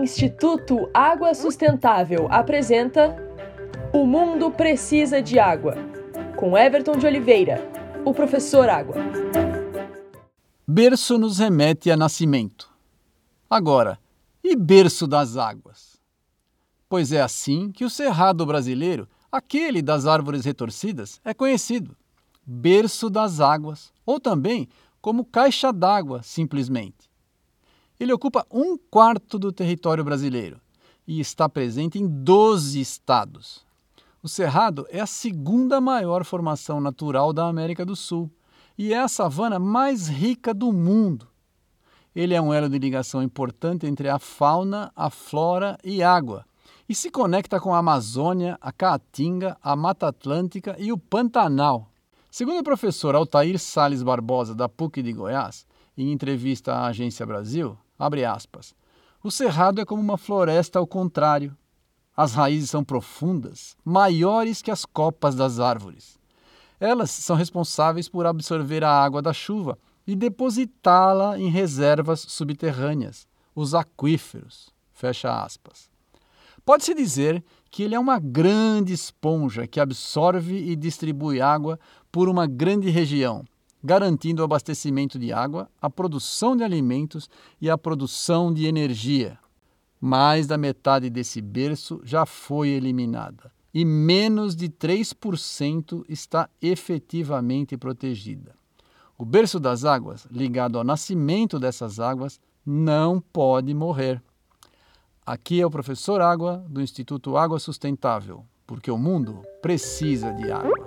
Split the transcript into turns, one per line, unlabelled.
Instituto Água Sustentável apresenta O Mundo Precisa de Água, com Everton de Oliveira, o professor Água.
Berço nos remete a nascimento. Agora, e berço das águas? Pois é assim que o cerrado brasileiro, aquele das árvores retorcidas, é conhecido. Berço das águas, ou também como caixa d'água, simplesmente. Ele ocupa 1/4 do território brasileiro e está presente em 12 estados. O Cerrado é a segunda maior formação natural da América do Sul e é a savana mais rica do mundo. Ele é um elo de ligação importante entre a fauna, a flora e água e se conecta com a Amazônia, a Caatinga, a Mata Atlântica e o Pantanal. Segundo o professor Altair Salles Barbosa, da PUC de Goiás, em entrevista à Agência Brasil, abre aspas, o cerrado é como uma floresta ao contrário. As raízes são profundas, maiores que as copas das árvores. Elas são responsáveis por absorver a água da chuva e depositá-la em reservas subterrâneas, os aquíferos. Fecha aspas. Pode-se dizer que ele é uma grande esponja que absorve e distribui água por uma grande região, garantindo o abastecimento de água, a produção de alimentos e a produção de energia. Mais da metade desse berço já foi eliminada e menos de 3% está efetivamente protegida. O berço das águas, ligado ao nascimento dessas águas, não pode morrer. Aqui é o professor Água, do Instituto Água Sustentável, porque o mundo precisa de água.